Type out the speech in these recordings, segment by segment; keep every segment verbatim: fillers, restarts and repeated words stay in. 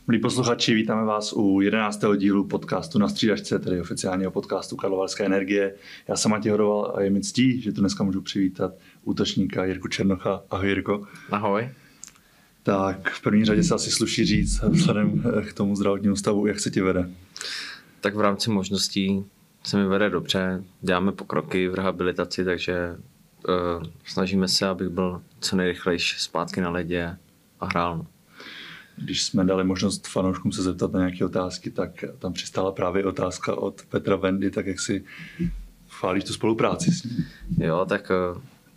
Milí posluchači, vítáme vás u jedenáctého dílu podcastu Na střídačce, tedy oficiálního podcastu Karlovarské energie. Já jsem Matěj Hodoval a je mi ctí, že tu dneska můžu přivítat útočníka Jirku Černocha. Ahoj, Jirko. Ahoj. Tak v první řadě se asi sluší říct vzhledem k tomu zdravotnímu stavu, jak se ti vede? Tak v rámci možností se mi vede dobře, děláme pokroky v rehabilitaci, takže uh, snažíme se, abych byl co nejrychlejší zpátky na ledě a hrál. Když jsme dali možnost fanouškům se zeptat na nějaké otázky, tak tam přistála právě otázka od Petra Vendy, tak jak si chválíš tu spolupráci s ním? Jo, tak uh,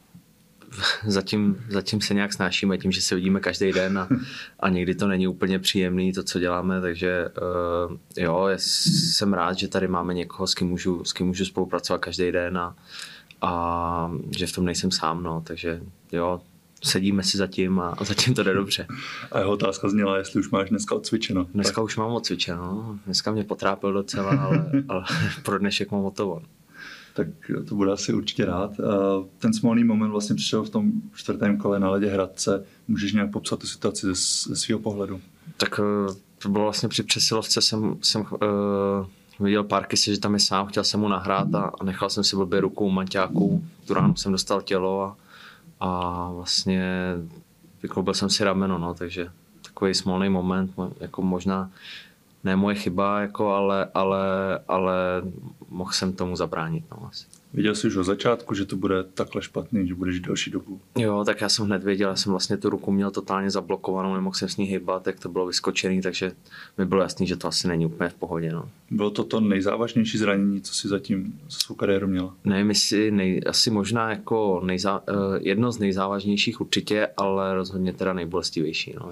zatím, zatím se nějak snášíme tím, že se vidíme každý den a, a někdy to není úplně příjemný to, co děláme, takže uh, jo, jsem rád, že tady máme někoho, s kým můžu, s kým můžu spolupracovat každý den a, a že v tom nejsem sám, no, takže jo, sedíme si zatím a, a zatím to jde dobře. A jeho otázka zněla, jestli už máš dneska odcvičeno. Dneska tak. už mám odcvičeno, dneska mě potrápil docela, ale, ale pro dnešek mám hotovo. Tak to bude asi určitě rád. Ten smolný moment vlastně přišel v tom čtvrtém kole na ledě Hradce. Můžeš nějak popsat tu situaci ze, ze svého pohledu? Tak to bylo vlastně při přesilovce, jsem, jsem uh, viděl Parkise, že tam je sám, chtěl jsem mu nahrát a, a nechal jsem si blbě ruku Maťáku, tu ránu jsem dostal tělo a, a vlastně vykloubil jsem si rameno, no, takže takový smolný moment, jako možná ne moje chyba, jako, ale, ale, ale mohl jsem tomu zabránit. No, asi. Viděl jsi už od začátku, že to bude takhle špatný, že budeš delší dobu? Jo, tak já jsem hned věděl, já jsem vlastně tu ruku měl totálně zablokovanou, nemohl jsem s ní hýbat, tak to bylo vyskočený, takže mi bylo jasný, že to asi není úplně v pohodě. No. Bylo to to nejzávažnější zranění, co jsi zatím za svou kariéru měla? Nevím, jestli nej, asi možná jako nejzá, jedno z nejzávažnějších určitě, ale rozhodně teda nejbolestivější. No.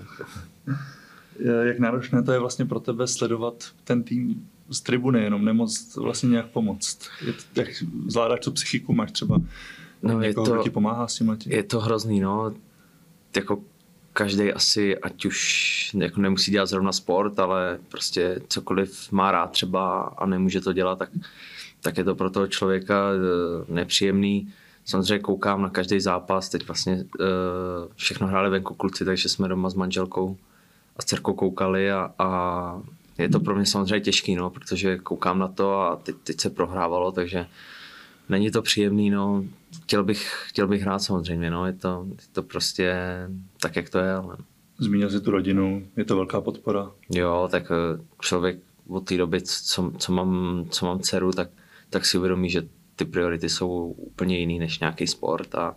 Jak náročné to je vlastně pro tebe sledovat ten tým z tribuny, jenom nemoc vlastně nějak pomoct? Jak zvládáš tu psychiku? Máš třeba no, někoho, kdo ti pomáhá s tím? Je to hrozný, no. Jako každý asi, ať už jako nemusí dělat zrovna sport, ale prostě cokoliv má rád třeba a nemůže to dělat, tak, tak je to pro toho člověka nepříjemný. Samozřejmě koukám na každý zápas, teď vlastně všechno hráli venku kluci, takže jsme doma s manželkou a s dcerkou koukali a, a je to pro mě samozřejmě těžký, no, protože koukám na to a teď, teď se prohrávalo, takže není to příjemný, no. Chtěl bych, chtěl bych hrát samozřejmě, no. je, to, je to prostě tak, jak to je. Ale... Zmínil jsi tu rodinu, je to velká podpora? Jo, tak člověk od té doby, co, co, mám, co mám dceru, tak, tak si uvědomí, že ty priority jsou úplně jiný než nějaký sport a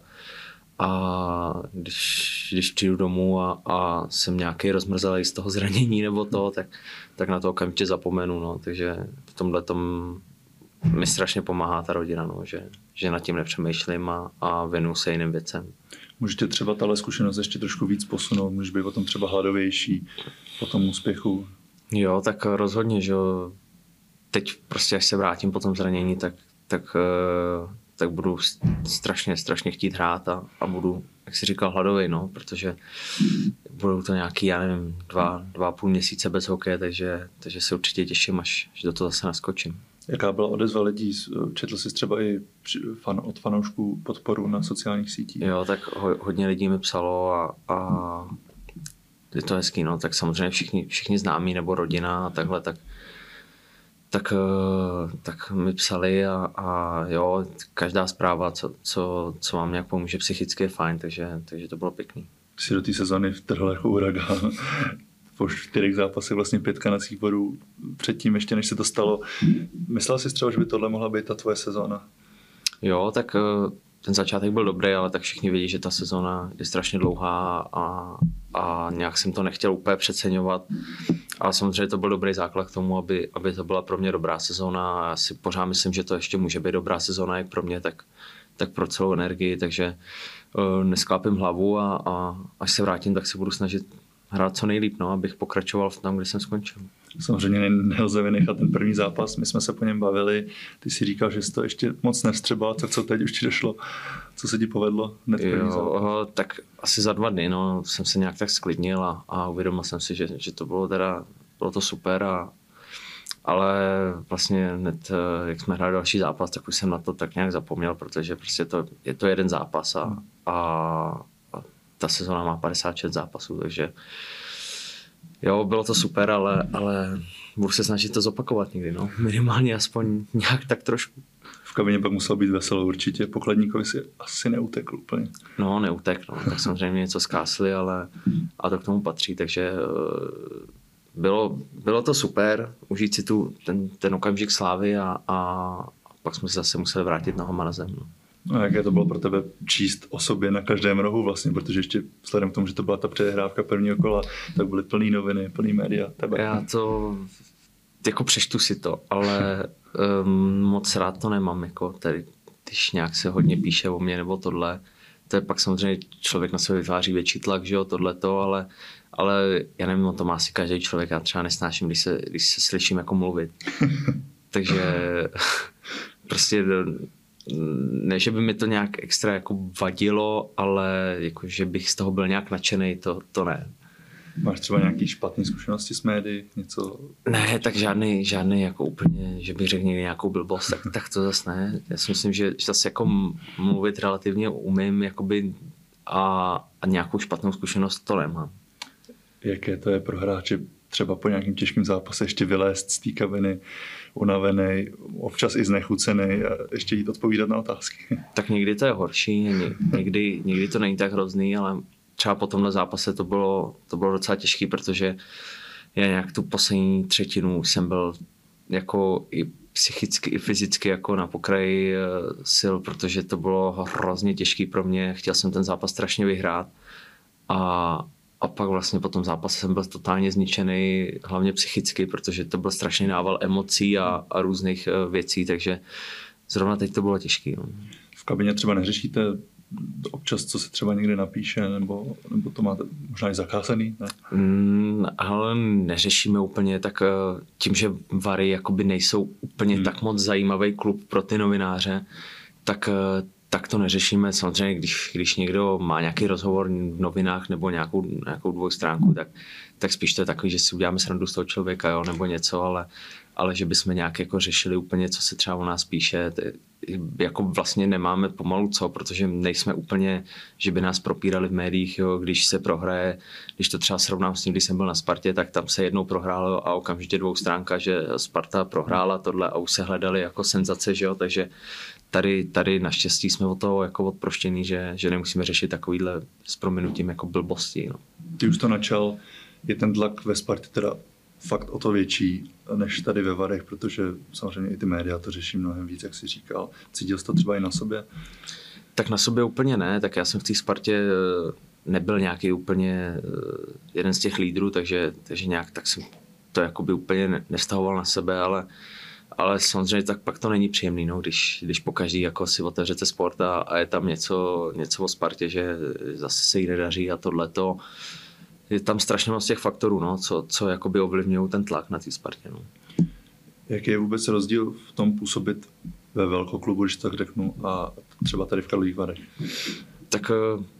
A když, když přijdu domů a, a jsem nějaký rozmrzelý z toho zranění nebo to, tak, tak na to okamžitě zapomenu. No. Takže v tomhle tom mi strašně pomáhá ta rodina, no. že, že nad tím nepřemýšlím a, a věnuju se jiným věcem. Můžete třeba tahle zkušenost ještě trošku víc posunout, můžeš být potom třeba hladovější po tom úspěchu? Jo, tak rozhodně, že teď prostě až se vrátím po tom zranění, tak, tak tak budu strašně, strašně chtít hrát a, a budu, jak jsi říkal, hladový, no, protože budou to nějaký, já nevím, dva, dva a půl měsíce bez hokeje, takže, takže se určitě těším, až, až do toho zase naskočím. Jaká byla odezva lidí? Četl jsi třeba i fan, od fanoušků podporu na sociálních sítích? Jo, tak ho, hodně lidí mi psalo a, a je to hezký, no, tak samozřejmě všichni, všichni známí nebo rodina a takhle, tak Tak, tak mi psali a, a jo, každá zpráva, co, co, co vám nějak pomůže psychicky, je fajn, takže, takže to bylo pěkný. Jsi do té sezony vtrhl jako uragán. Po čtyřech zápasech vlastně pět kanadských bodů předtím, ještě než se to stalo. Myslel jsi třeba, že by tohle mohla být ta tvoje sezóna? Jo, tak ten začátek byl dobrý, ale tak všichni vědí, že ta sezóna je strašně dlouhá a, a nějak jsem to nechtěl úplně přeceňovat. Ale samozřejmě to byl dobrý základ k tomu, aby, aby to byla pro mě dobrá sezóna a já si pořád myslím, že to ještě může být dobrá sezóna jak pro mě, tak, tak pro celou energii, takže uh, nesklápím hlavu a, a až se vrátím, tak se budu snažit hrát co nejlíp, no, abych pokračoval v tom, kde jsem skončil. Samozřejmě nelze vynechat ten první zápas, my jsme se po něm bavili, ty si říkal, že jsi to ještě moc nevstřebal, tak co teď už ti došlo, co se ti povedlo hned první zápas? Tak asi za dva dny, no, jsem se nějak tak sklidnil a, a uvědomil jsem si, že, že to bylo teda, bylo to super, a, ale vlastně hned, jak jsme hráli další zápas, tak už jsem na to tak nějak zapomněl, protože prostě to, je to jeden zápas a, a, a ta sezóna má padesát šest zápasů, takže Jo, bylo to super, ale, ale budu se snažit to zopakovat někdy, no. Minimálně aspoň nějak tak trošku. V kabině pak muselo být veselo určitě, pokladníkovi si asi neutekl úplně. No, neutek, no. Tak samozřejmě něco zkásli, ale a to k tomu patří, takže bylo, bylo to super, užít si tu, ten, ten okamžik slávy a, a pak jsme se zase museli vrátit nohama na zem, no. A jaké to bylo pro tebe číst o sobě na každém rohu vlastně, protože ještě vzhledem k tomu, že to byla ta předehrávka prvního kola, tak byly plný noviny, plný média. Tebe. Já to, jako přečtu si to, ale um, moc rád to nemám, jako tady, když nějak se hodně píše o mě nebo tohle, to je pak samozřejmě člověk na sebe vytváří větší tlak, že jo, tohleto, ale, ale já nevím, to má asi každý člověk, já třeba nesnáším, když se, když se slyším jako mluvit. Takže prostě ne, že by mi to nějak extra jako vadilo, ale jako, že bych z toho byl nějak nadšenej, to, to ne. Máš třeba nějaký špatné zkušenosti s médií? Něco? Ne, tak žádný, žádný jako úplně, že bych řekl někdy nějakou blbost, tak, tak to zase ne. Já si myslím, že zase jako mluvit relativně umím jakoby a, a nějakou špatnou zkušenost to nemám. Jaké to je pro hráče třeba po nějakým těžkým zápase ještě vylézt z té kabiny unavený, občas i znechucený a ještě jít odpovídat na otázky? Tak někdy to je horší, někdy, někdy to není tak hrozný, ale třeba po tomhle zápase to bylo, to bylo docela těžký, protože já nějak tu poslední třetinu jsem byl jako i psychicky, i fyzicky jako na pokraji sil, protože to bylo hrozně těžký pro mě. Chtěl jsem ten zápas strašně vyhrát a, a pak vlastně po tom zápase jsem byl totálně zničený, hlavně psychicky, protože to byl strašný nával emocí a, a různých věcí, takže zrovna teď to bylo těžký. No. V kabině třeba neřešíte občas, co se třeba někde napíše, nebo, nebo to máte možná i zakázaný? Ne? Mm, ale neřešíme úplně, tak tím, že Vary jakoby nejsou úplně hmm. tak moc zajímavý klub pro ty novináře, tak, tak to neřešíme. Samozřejmě, když, když někdo má nějaký rozhovor v novinách nebo nějakou, nějakou dvojstránku, tak, tak spíš to je takový, že si uděláme srandu z toho člověka, jo, nebo něco, ale, ale že bychom nějak jako řešili úplně, co se třeba o nás píše, jako vlastně nemáme pomalu co, protože nejsme úplně, že by nás propírali v médiích, jo, když se prohraje, když to třeba srovnám s tím, když jsem byl na Spartě, tak tam se jednou prohrálo a okamžitě dvoustránka, že Sparta prohrála tohle a už se hledali jako senzace, že jo, takže tady, tady naštěstí jsme od toho jako odproštění, že, že nemusíme řešit takovýhle s prominutím jako blbosti. No. Ty už to načal, je ten tlak ve Spartě teda fakt o to větší než tady ve Varech, protože samozřejmě i ty média to řeší mnohem víc, jak jsi říkal. Cítil jsi to třeba i na sobě? Tak na sobě úplně ne, tak já jsem v té Spartě nebyl nějaký úplně jeden z těch lídrů, takže, takže nějak tak jsem to jakoby úplně nevztahoval na sebe, ale, ale samozřejmě tak pak to není příjemný, no, když, když pokaždý jako si otevřete sport a, a je tam něco, něco o Spartě, že zase se jí nedaří a tohleto. Je tam strašně moc těch faktorů, no, co, co jakoby ovlivňují ten tlak na té Spartě. No. Jaký je vůbec rozdíl v tom působit ve velkoklubu, když tak řeknu, a třeba tady v Karlových Varech? Tak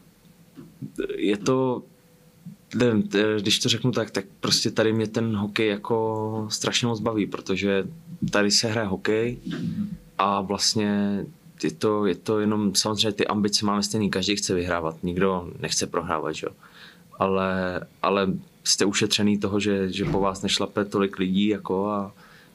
je to, nevím, když to řeknu tak, tak prostě tady mě ten hokej jako strašně moc baví, protože tady se hraje hokej a vlastně je to, je to jenom, samozřejmě ty ambice máme stejný, každý chce vyhrávat, nikdo nechce prohrávat, jo. Ale, ale jste ušetřený toho, že, že po vás nešlape tolik lidí jako a,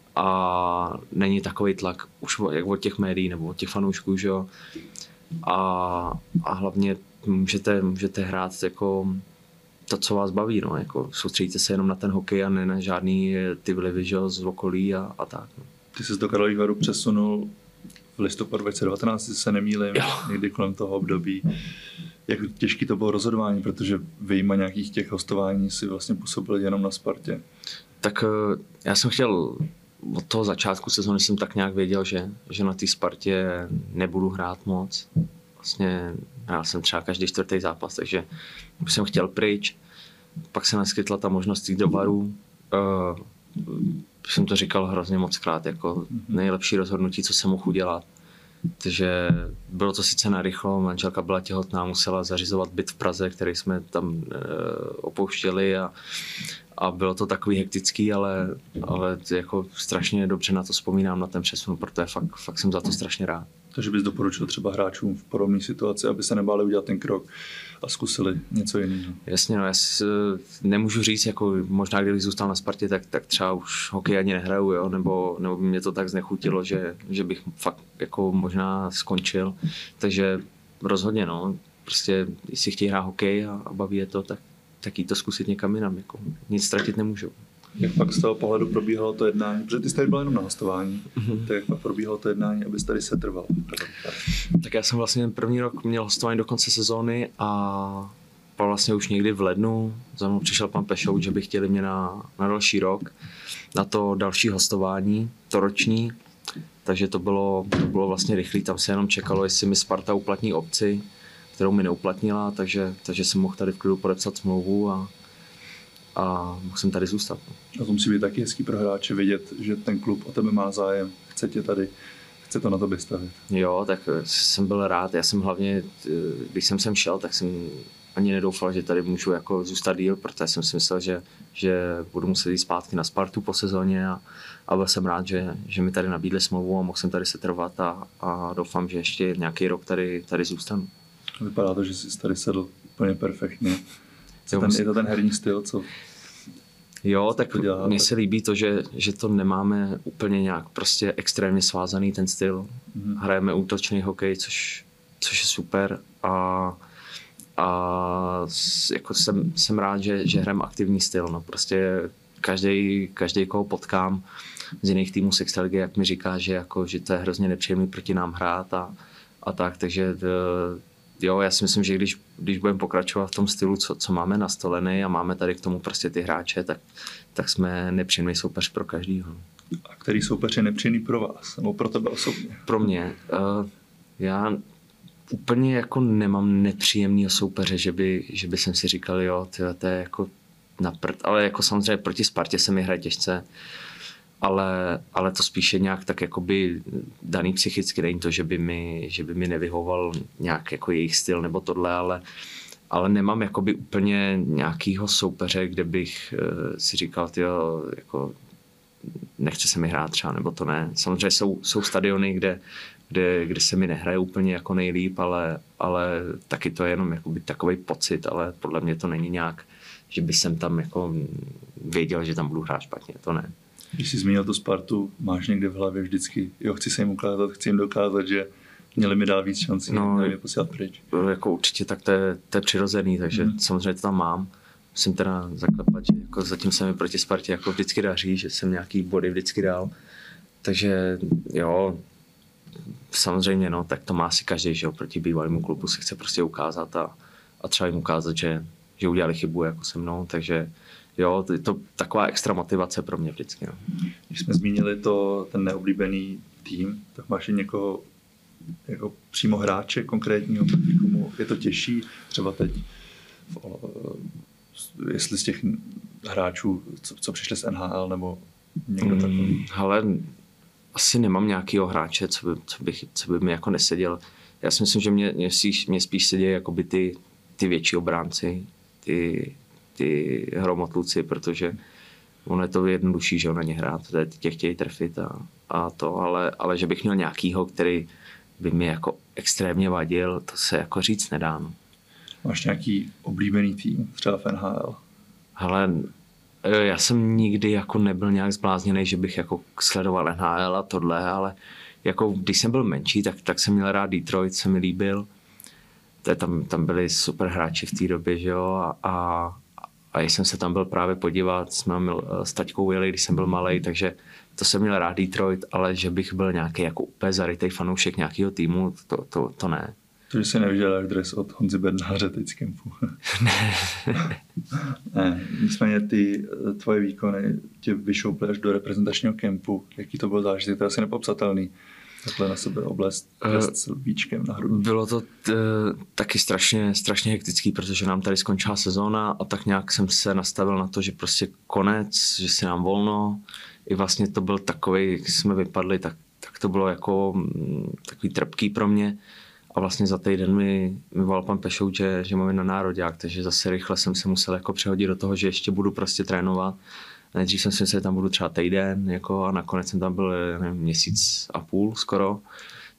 a není takový tlak už jak od těch médií nebo od těch fanoušků, že jo. A, a hlavně můžete, můžete hrát jako to, co vás baví, no, jako soustředíte se jenom na ten hokej a ne na žádný ty vlivy, že jo, z okolí a, a tak. No. Ty jsi do Karlových Varů přesunul v listopadu dva tisíce devatenáct, se nemýlím, někdy kolem toho období. Jak těžký to bylo rozhodování, protože vyjma nějakých těch hostování si vlastně působil jenom na Spartě. Tak já jsem chtěl, od toho začátku sezóny jsem tak nějak věděl, že, že na té Spartě nebudu hrát moc. Vlastně hrál jsem třeba každý čtvrtý zápas, takže jsem chtěl pryč. Pak se naskytla ta možnost jít do Varů. Uh, jsem to říkal hrozně moc krát, jako nejlepší rozhodnutí, co jsem mohl udělat. Takže bylo to sice narychlo, manželka byla těhotná, musela zařizovat byt v Praze, který jsme tam e, opouštěli a, a bylo to takový hektický, ale, ale jako strašně dobře na to vzpomínám, na ten přesun, protože fakt, fakt jsem za to strašně rád. Takže bys doporučil třeba hráčům v podobné situaci, aby se nebáli udělat ten krok a zkusili něco jiného. Jasně, no já si, nemůžu říct, jako možná kdybych zůstal na Spartě, tak, tak třeba už hokej ani nehraju, jo? Nebo, nebo by mě to tak znechutilo, že, že bych fakt jako možná skončil. Takže rozhodně, no, prostě jestli chtějí hrát hokej a, a baví je to, tak, tak jí to zkusit někam jinam, jako nic ztratit nemůžou. Jak pak z toho pohledu probíhalo to jednání? Protože ty jsi tady byl jenom na hostování, mm-hmm. tak jak pak probíhalo to jednání, abys tady setrval? Tak já jsem vlastně první rok měl hostování do konce sezóny a vlastně už někdy v lednu za mnou přišel pan Pešout, že by chtěli mě na, na další rok, na to další hostování, to roční. Takže to bylo, to bylo vlastně rychlé, tam se jenom čekalo, jestli mi Sparta uplatní opci, kterou mi neuplatnila, takže, takže jsem mohl tady v klidu podepsat smlouvu a a mohl jsem tady zůstat. A to musí být taky hezký pro hráče vidět, že ten klub o tebe má zájem, chce tě tady, chce to na tobě stavit. Jo, tak jsem byl rád, já jsem hlavně, když jsem sem šel, tak jsem ani nedoufal, že tady můžu jako zůstat díl, protože jsem si myslel, že, že budu muset jít zpátky na Spartu po sezóně a, a byl jsem rád, že, že mi tady nabídli smlouvu a mohl jsem tady se trvat a, a doufám, že ještě nějaký rok tady, tady zůstanu. Vypadá to, že jsi tady sedl úplně perfektně. Co ten, je to ten herní styl, co? Jo, tak mně se líbí to, že, že to nemáme úplně nějak prostě extrémně svázaný ten styl. Mm. Hrajeme útočný hokej, což, což je super a, a jako jsem, jsem rád, že, že hrajeme aktivní styl. No. Prostě každý, každý, koho potkám z jiných týmů z extraligy, jak mi říká, že, jako, že to je hrozně nepříjemný proti nám hrát a, a tak, takže jo, já si myslím, že když, když budeme pokračovat v tom stylu, co, co máme nastolený a máme tady k tomu prostě ty hráče, tak, tak jsme nepříjemný soupeř pro každýho. A který soupeř je nepříjemný pro vás, nebo pro tebe osobně? Pro mě. Uh, já úplně jako nemám nepříjemného soupeře, že by, že by jsem si říkal, jo, tyhle, to je jako na prd, ale jako samozřejmě proti Spartě se mi hraje těžce. Ale, ale to spíše nějak tak jakoby daný psychicky, není to, že by mi, že by mi nevyhoval nějak jako jejich styl nebo tohle, ale, ale nemám jakoby úplně nějakýho soupeře, kde bych uh, si říkal, tyjo, jako nechce se mi hrát třeba, nebo to ne. Samozřejmě jsou, jsou stadiony, kde, kde, kde se mi nehraje úplně jako nejlíp, ale, ale taky to je jenom jakoby takovej pocit, ale podle mě to není nějak, že by jsem tam jako věděl, že tam budu hrát špatně, to ne. Když jsi zmínil tu Spartu, máš někde v hlavě vždycky, jo, chci se jim ukázat, chci jim dokázat, že měli mi dát víc šancí, no, měli mi posílat pryč. Jako určitě tak to je, to je přirozený, takže hmm. samozřejmě to tam mám. Musím teda zaklepat, že jako zatím se mi proti Spartě jako vždycky daří, že jsem nějaký body vždycky dal. Takže jo, samozřejmě no, tak to má asi každý, že jo, proti bývalému klubu se chce prostě ukázat a, a třeba jim ukázat, že, že udělali chybu jako se mnou, takže jo, to je to taková extra motivace pro mě vždycky. No. Když jsme zmínili to, ten neoblíbený tým, tak máš i někoho jako přímo hráče konkrétního, komu je to těžší, třeba teď, jestli z těch hráčů, co, co přišli z N H L, nebo někdo takový? Hmm, ale asi nemám nějakýho hráče, co by, co, bych, co by mi jako neseděl. Já si myslím, že mě, mě, spíš, mě spíš sedí jakoby ty, ty větší obránci, ty ty hromotluci, protože ono je to jednodušší, že on na ně hrát, tě chtějí trefit a, a to, ale, ale že bych měl nějakýho, který by mi jako extrémně vadil, to se jako říct nedá. No. Máš nějaký oblíbený tým, třeba v N H L? Hele, já jsem nikdy jako nebyl nějak zblázněný, že bych jako sledoval N H L a tohle, ale jako když jsem byl menší, tak, tak jsem měl rád Detroit, se mi líbil. Tam, tam byli super hráči v té době, že jo, a, a A jsem se tam byl právě podívat, jsme s taťkou jeli, když jsem byl malej, takže to jsem měl rád Detroit, ale že bych byl nějaký jako úplně zarytej fanoušek nějakého týmu, to, to, to ne. Takže jsi neviděl jak dres od Honzy Bednáře teď z kempu. Ne. Ne, nicméně ty tvoje výkony tě vyšouply až do reprezentačního kempu. Jaký to byl zážitek, to je asi nepopsatelný. Takhle na sebe oblast s lvíčkem na hru. Bylo to t, taky strašně, strašně hektický, protože nám tady skončila sezóna a tak nějak jsem se nastavil na to, že prostě konec, že si nám volno. I vlastně to byl takový, když jsme vypadli, tak, tak to bylo jako takový trpký pro mě. A vlastně za týden mi, mi volal pan Pešout, že, že mám na nároďák, takže zase rychle jsem se musel jako přehodit do toho, že ještě budu prostě trénovat. Nejdřív jsem si myslel, že tam budu třeba týden jako, a nakonec jsem tam byl nevím, měsíc a půl skoro.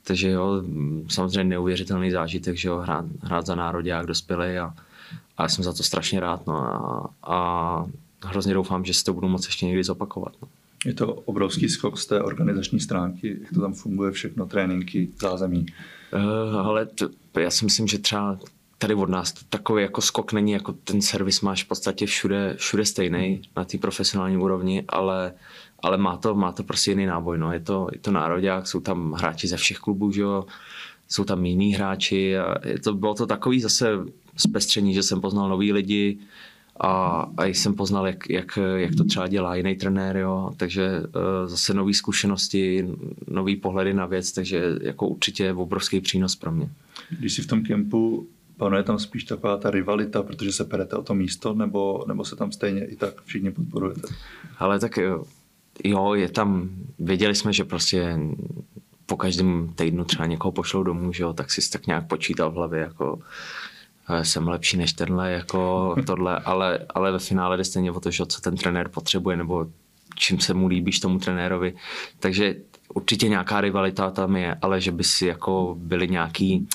takže jo, samozřejmě neuvěřitelný zážitek, že jo, hrát, hrát za nároďák dospělej a, a já jsem za to strašně rád, no a, a hrozně doufám, že si to budu moct ještě někdy zopakovat. No. Je to obrovský skok z té organizační stránky, jak to tam funguje všechno, tréninky, zázemí. Uh, ale to, já si myslím, že třeba tady od nás takový jako skok není, jako ten servis máš v podstatě všude, všude stejný na té profesionální úrovni, ale, ale má, to, má to prostě jiný náboj. No. Je to, je to nároďák, jsou tam hráči ze všech klubů, že jo? Jsou tam jiní hráči a je to, bylo to takový zase zpestření, že jsem poznal nový lidi a, a jsem poznal, jak, jak, jak to třeba dělá jiný trenér, jo? Takže uh, zase nové zkušenosti, nový pohledy na věc, takže jako určitě obrovský přínos pro mě. Když jsi v tom kempu, panuje tam spíš taková ta rivalita, protože se perete o to místo, nebo, nebo se tam stejně i tak všichni podporujete? Ale tak jo, je tam, věděli jsme, že prostě po každém týdnu třeba někoho pošlou domů, že jo, tak si tak nějak počítal v hlavě, jako jsem lepší než tenhle, jako tohle, ale, ale ve finále jde stejně o to, že co ten trenér potřebuje, nebo čím se mu líbíš tomu trenérovi. Takže určitě nějaká rivalita tam je, ale že by si jako byli nějaký,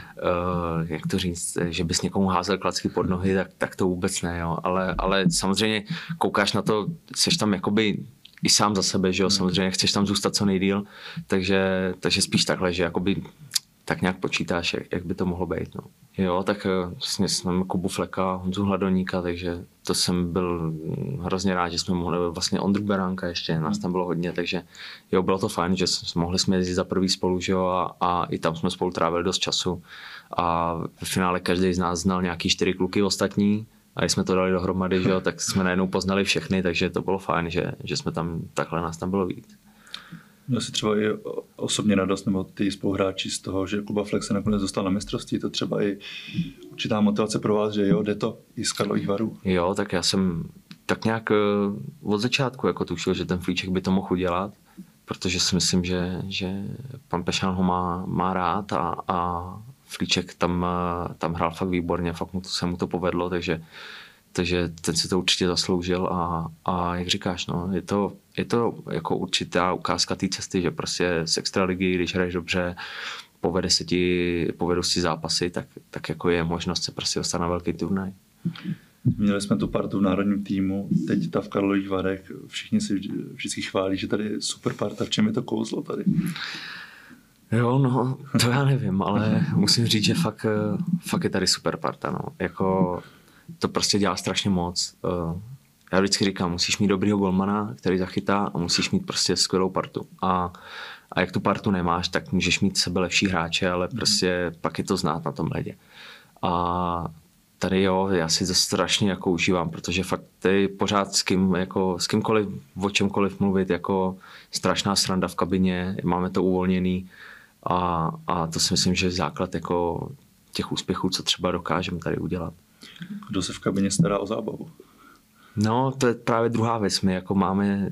uh, jak to říct, že bys někomu házel klacky pod nohy, tak, tak to vůbec ne, jo. Ale, ale samozřejmě koukáš na to, seš tam jakoby i sám za sebe, že jo, samozřejmě chceš tam zůstat co nejdýl, takže, takže spíš takhle, že jakoby tak nějak počítáš, jak, jak by to mohlo být, no. Jo, tak vlastně jsme Kubu Fleka, Honzu Hladoníka, takže to jsem byl hrozně rád, že jsme mohli, vlastně Ondru Beránka ještě, nás tam bylo hodně, takže jo, bylo to fajn, že mohli jsme jezdit za prvý spolu, že jo, a, a i tam jsme spolu trávili dost času a v finále každý z nás znal nějaký čtyři kluky ostatní a když jsme to dali dohromady, že jo, tak jsme najednou poznali všechny, takže to bylo fajn, že, že jsme tam, takhle nás tam bylo víc. Měl jsi třeba i osobně radost, nebo ty spoluhráči z toho, že Kuba Flek se nakonec dostal na mistrovství, to třeba i určitá motivace pro vás, že jo, jde to i z Karlových Varů? Jo, tak já jsem tak nějak od začátku jako tušil, že ten Flíček by to mohl udělat, protože si myslím, že, že pan Pešán ho má, má rád a, a Flíček tam, tam hrál fakt výborně, fakt mu to, se mu to povedlo, takže takže ten si to určitě zasloužil a, a jak říkáš, no, je to, je to jako určitá ukázka té cesty, že prostě z extraligy, když hraješ dobře, povede se ti, povedou si zápasy, tak, tak jako je možnost se prostě dostat na velký turnaj. Měli jsme tu partu v národním týmu, teď ta v Karlových Varech, všichni si vždycky chválí, že tady je super parta, v čem je to kouzlo tady? Jo, no, to já nevím, ale musím říct, že fakt, fakt je tady super parta, no, jako to prostě dělá strašně moc. Já vždycky říkám, musíš mít dobrýho golmana, který zachytá a musíš mít prostě skvělou partu. A, a jak tu partu nemáš, tak můžeš mít sebe lepší hráče, ale prostě pak je to znát na tom ledě. A tady jo, já si to strašně jako užívám, protože fakt tady pořád s kým, jako, s kýmkoliv, o čemkoliv mluvit, jako strašná sranda v kabině, máme to uvolněný a, a to si myslím, že je základ jako těch úspěchů, co třeba dokážeme tady udělat. Kdo se v kabině stará o zábavu? No, to je právě druhá věc. My jako máme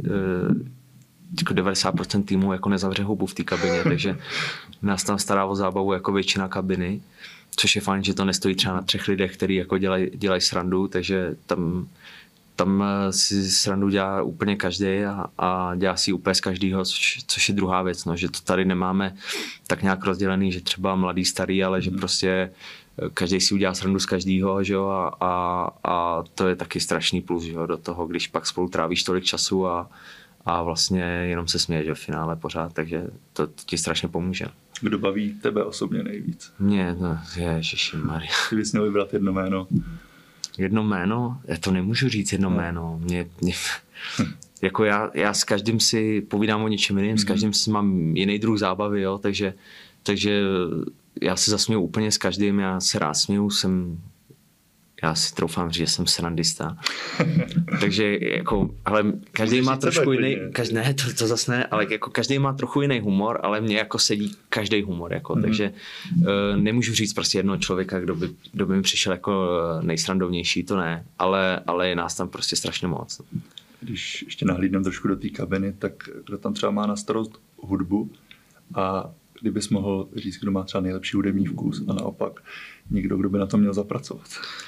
jako devadesát procent týmu jako nezavře hubu v té kabině, takže nás tam stará o zábavu jako většina kabiny, což je fajn, že to nestojí třeba na třech lidech, kteří jako dělají dělaj srandu, takže tam, tam si srandu dělá úplně každý a, a dělá si úplně z každého, což, což je druhá věc, no, že to tady nemáme tak nějak rozdělený, že třeba mladý, starý, ale že prostě každý si udělá srandu z každého, že jo, a, a, a to je taky strašný plus, že jo, do toho, když pak spolu trávíš tolik času a, a vlastně jenom se směješ v finále pořád, takže to, to ti strašně pomůže. Kdo baví tebe osobně nejvíc? Mě, no, ježišimarja. Ty bys měl vybrat jedno jméno. Jedno jméno? Já to nemůžu říct jedno no. jméno. Mě, mě, jako já, já s každým si povídám o něčem jiným, mm-hmm. s každým si mám jiný druh zábavy, jo, takže, takže já se zasměju úplně s každým, já se rád směju, jsem, já si troufám říct, že jsem srandista. Takže jako, ale každý má trošku jiný, každý, ne, to, to zase ne, ale jako každý má trochu jiný humor, ale mně jako sedí každý humor, jako, mm. takže uh, nemůžu říct prostě jednoho člověka, kdo by, kdo by mi přišel jako nejsrandovnější, to ne, ale, ale je nás tam prostě strašně moc. Když ještě nahlídnem trošku do té kabiny, tak kdo tam třeba má na starost hudbu a kdybys mohl říct, kdo má třeba nejlepší hudební vkus a naopak někdo, kdo by na to měl zapracovat.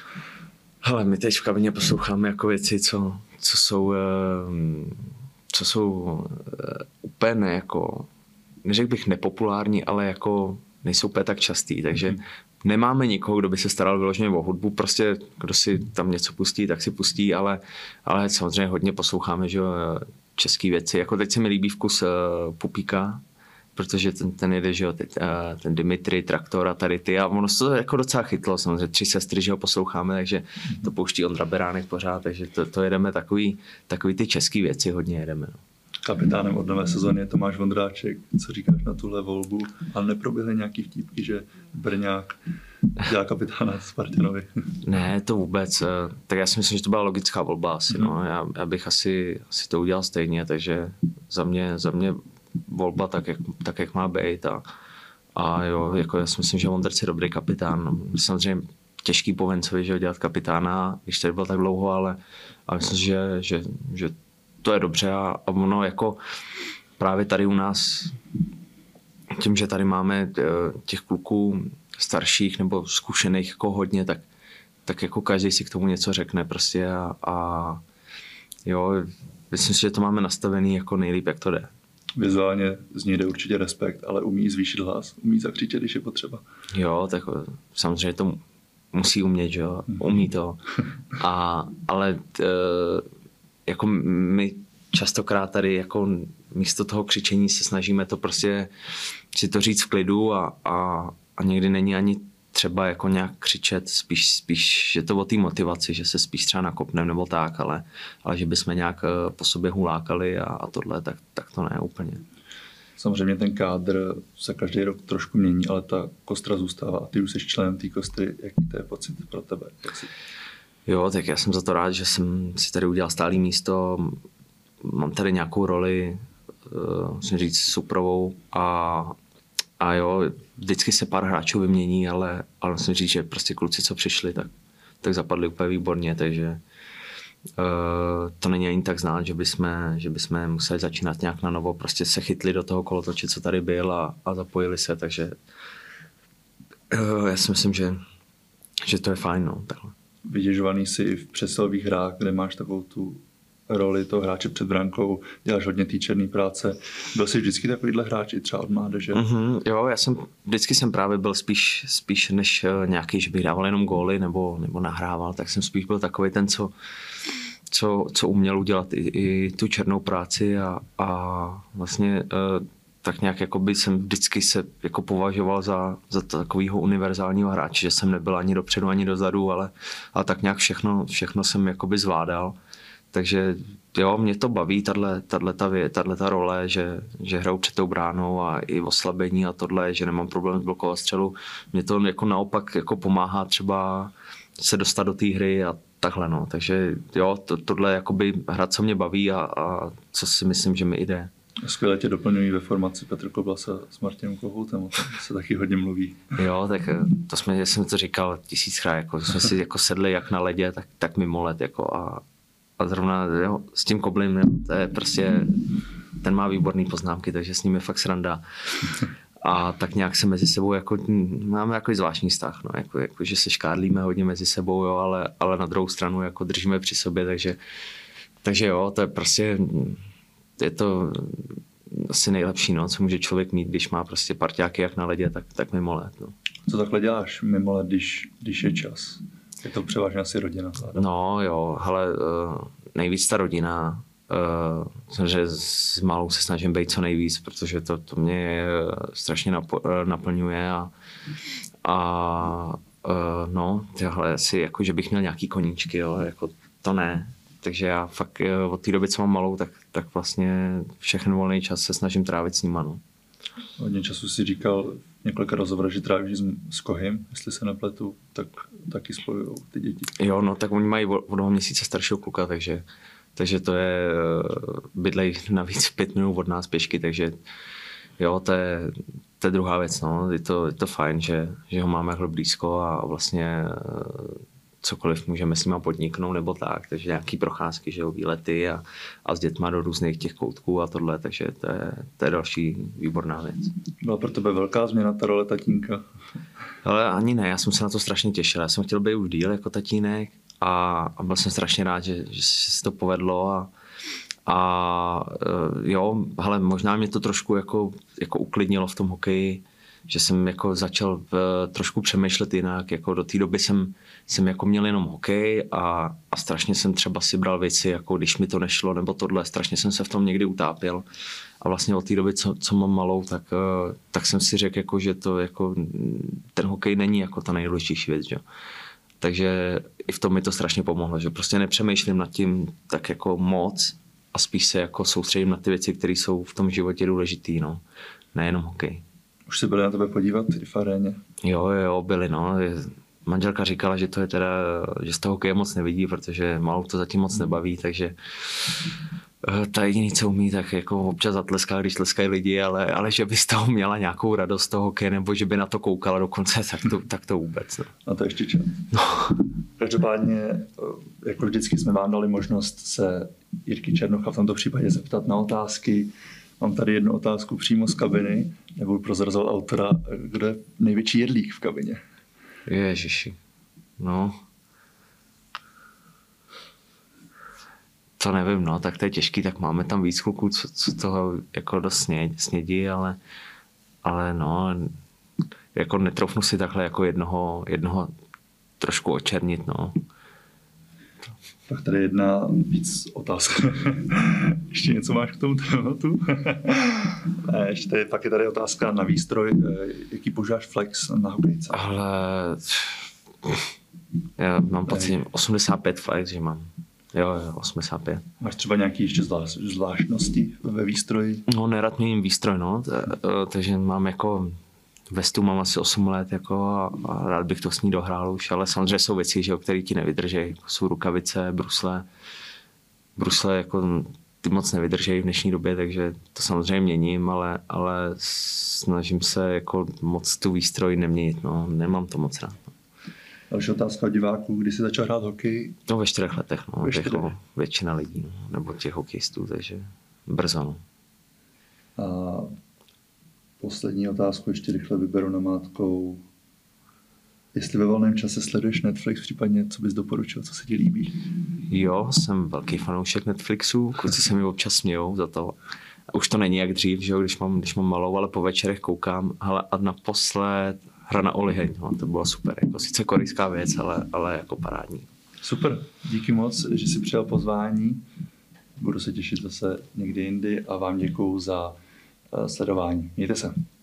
Hele, my teď v kabině posloucháme jako věci, co, co jsou, co jsou úplně ne jako neřekl bych nepopulární, ale jako nejsou úplně tak častý, takže mm. nemáme nikoho, kdo by se staral vyloženě o hudbu, prostě kdo si tam něco pustí, tak si pustí, ale, ale samozřejmě hodně posloucháme, že český věci, jako teď se mi líbí vkus uh, Pupíka, protože ten, ten jede, že jo, teď, uh, ten Dimitri, Traktor a tady ty a ono se to jako docela chytlo, samozřejmě tři sestry, že ho posloucháme, takže to pouští Ondra Beránek pořád, takže to, to jedeme takový, takový ty český věci hodně jedeme. No. Kapitánem od nové sezóny je Tomáš Vondráček. Co říkáš na tuhle volbu? Ale neproběhly nějaký vtípky, že Brňák dělá kapitána Spartanovi? Ne, to vůbec. Tak já si myslím, že to byla logická volba asi. No. Já, já bych asi, asi to udělal stejně, takže za mě, za mě volba tak, jak, tak, jak má být. A, a jo, jako já si myslím, že Vondrc je dobrý kapitán. Samozřejmě těžký po Vencovi, že ho dělat kapitána, když tady byl tak dlouho, ale, ale myslím, že, že, že to je dobře a, a ono jako právě tady u nás, tím, že tady máme těch kluků starších nebo zkušených jako hodně, tak, tak jako každý si k tomu něco řekne prostě a, a jo, myslím si, že to máme nastavený jako nejlíp, jak to jde. Vizuálně z ní jde určitě respekt, ale umí zvýšit hlas, umí zakřičet, když je potřeba. Jo, tak samozřejmě to musí umět, že jo, umí to. A, ale t, jako my častokrát tady jako místo toho křičení se snažíme to prostě si to říct v klidu a, a, a někdy není ani třeba jako nějak křičet, spíš, spíš je to o té motivaci, že se spíš třeba nakopneme nebo tak, ale, ale že bychom nějak po sobě hulákali a, a tohle, tak, tak to ne úplně. Samozřejmě ten kádr se každý rok trošku mění, ale ta kostra zůstává a ty už jsi členem té kostry. Jaký to je pocit pro tebe? Jak jsi... Jo, tak já jsem za to rád, že jsem si tady udělal stálý místo, mám tady nějakou roli, musím říct, suprovou a, a jo, vždycky se pár hráčů vymění, ale, ale musím říct, že prostě kluci, co přišli, tak, tak zapadli úplně výborně, takže uh, to není ani tak znát, že bychom, že bychom museli začínat nějak na novo, prostě se chytli do toho kolotoče, co tady byl a, a zapojili se, takže uh, já si myslím, že, že to je fajn, no, takhle. Vytěžovaný si i v přesilových hrách, kde máš takovou tu roli toho hráče před brankou, děláš hodně té černé práce. Byl jsi vždycky takovýhle hráč i třeba od mládeže? Mm-hmm, jo, já jsem, vždycky jsem právě byl spíš, spíš než nějaký, že bych dával jenom góly nebo, nebo nahrával, tak jsem spíš byl takový ten, co, co, co uměl udělat i, i tu černou práci a, a vlastně tak nějak jakoby jsem vždycky se jako považoval za, za takového univerzálního hráče, že jsem nebyl ani dopředu, ani dozadu, ale, ale tak nějak všechno, všechno jsem jakoby zvládal. Takže jo, mě to baví, tato role, že, že hraju před tou bránou a i oslabení a tohle, že nemám problém s blokovat střelu. Mě to jako naopak jako pomáhá třeba se dostat do té hry a takhle, no. Takže jo, to, tohle jakoby hra, co mě baví a, a co si myslím, že mi jde. Skvěle tě doplňují ve formaci Petr Koblasa s Martinem Kohoutem, o tom se taky hodně mluví. Jo, tak to jsme, já jsem to říkal tisíckrát, jako jsme si jako sedli jak na ledě, tak, tak mimo led, jako a A zrovna jo, s tím Koblem, to je prostě, ten má výborný poznámky, takže s ním je fakt sranda. A tak nějak se mezi sebou, jako, máme jako zvláštní vztah, no, jako, jako, že se škádlíme hodně mezi sebou, jo, ale, ale na druhou stranu jako držíme při sobě, takže, takže jo, to je prostě, je to asi nejlepší, no, co může člověk mít, když má prostě parťáky jak na ledě, tak, tak mimo led. No. Co takhle děláš mimo led, když, když je čas? Je to převážně asi rodina? Zároveň. No jo, hele, nejvíc ta rodina. Samozřejmě s malou se snažím být co nejvíc, protože to, to mě strašně naplňuje a, a no, tyhle asi jako, že bych měl nějaký koníčky, jo, jako to ne. Takže já fakt od té doby, co mám malou, tak, tak vlastně všechny volný čas se snažím trávit s nima, no. Hodně času si říkal několika rozhovorech, že trávíš s Kohym, jestli se nepletu, tak taky spojujou ty děti. Jo, no tak oni mají o dva měsíce staršího kluka, takže, takže to je, bydlej navíc pět minut od nás pěšky, takže jo, to je, to je druhá věc, no. Je to, je to fajn, že, že ho máme takhle blízko a vlastně cokoliv můžeme s nima podniknout nebo tak, takže nějaký procházky, že jo, výlety a, a s dětma do různých těch koutků a tohle, takže to je, to je další výborná věc. Byla pro tebe velká změna ta role tatínka? Ale ani ne, já jsem se na to strašně těšil, já jsem chtěl být už díl jako tatínek a, a byl jsem strašně rád, že, že se to povedlo a, A jo, hele, možná mě to trošku jako, jako uklidnilo v tom hokeji, že jsem jako začal v, trošku přemýšlet jinak, jako do té doby jsem, jsem jako měl jenom hokej a, a strašně jsem třeba si bral věci, jako když mi to nešlo nebo tohle, strašně jsem se v tom někdy utápěl a vlastně od té doby, co, co mám malou, tak, tak jsem si řekl, jako, že to jako, ten hokej není jako ta nejdůležitější věc, že? Takže i v tom mi to strašně pomohlo, že prostě nepřemýšlím nad tím tak jako moc a spíš se jako soustředím na ty věci, které jsou v tom životě důležitý, no, nejenom hokej. Už jsi byli na tebe podívat i v aréně? Jo, jo, byli, no. Manželka říkala, že to je teda, že z toho hokeje moc nevidí, protože malou to zatím moc nebaví, takže ta jediný, co umí, tak jako občas zatleská, když tleskají lidi, ale, ale že by z toho měla nějakou radost z toho hokeje, nebo že by na to koukala dokonce, tak to, tak to vůbec. No. A to ještě čas. No. Každopádně, jako vždycky jsme vám dali možnost se Jirky Černocha v tomto případě zeptat na otázky. Mám tady jednu otázku přímo z kabiny, nebudu prozrazovat autora, kdo je největší jedlík v kabině. Ježiši, no. To nevím, no, tak to je těžký, tak máme tam víc kluků, co, co toho jako dost sněd, snědí, ale, ale no, jako netroufnu si takhle jako jednoho, jednoho trošku očernit, no. Tak tady jedna víc otázka. Ještě něco máš k tomu tématu? Ne, ještě tady, pak je tady otázka na výstroj. Jaký používáš flex na hokejce? Ale já mám pocit osmdesát pět flex, že mám. Jo, jo, osmdesát pět. Máš třeba nějaký ještě zvláštnosti ve výstroji? No, nerad měním výstroj, no. Takže mám jako vestu mám asi osm let jako a, a rád bych to s ní dohrál už, ale samozřejmě jsou věci, že, které ti nevydrží. Jako jsou rukavice, brusle. Brusle jako ty moc nevydrží v dnešní době, takže to samozřejmě měním, ale, ale snažím se jako moc tu výstroj neměnit. No. Nemám to moc rád. No. Další otázka od diváků. Kdy jsi začal hrát hokej? No ve čtyřech letech, no. Ve čtyřech. Jako většina lidí, no. Nebo těch hokejistů, takže brzo. No. A poslední otázku ještě rychle vyberu namátkou. Jestli ve volném čase sleduješ Netflix, případně co bys doporučil, co se ti líbí? Jo, jsem velký fanoušek Netflixu, kluci se mi občas smějou za to. Už to není jak dřív, že jo, když mám, když mám malou, ale po večerech koukám. Hele, a naposled hra na oliheň, no, to bylo super. Jako sice korejská věc, ale, ale jako parádní. Super, díky moc, že jsi přijal pozvání. Budu se těšit zase někdy jindy a vám děkuju za sledování. Mějte se.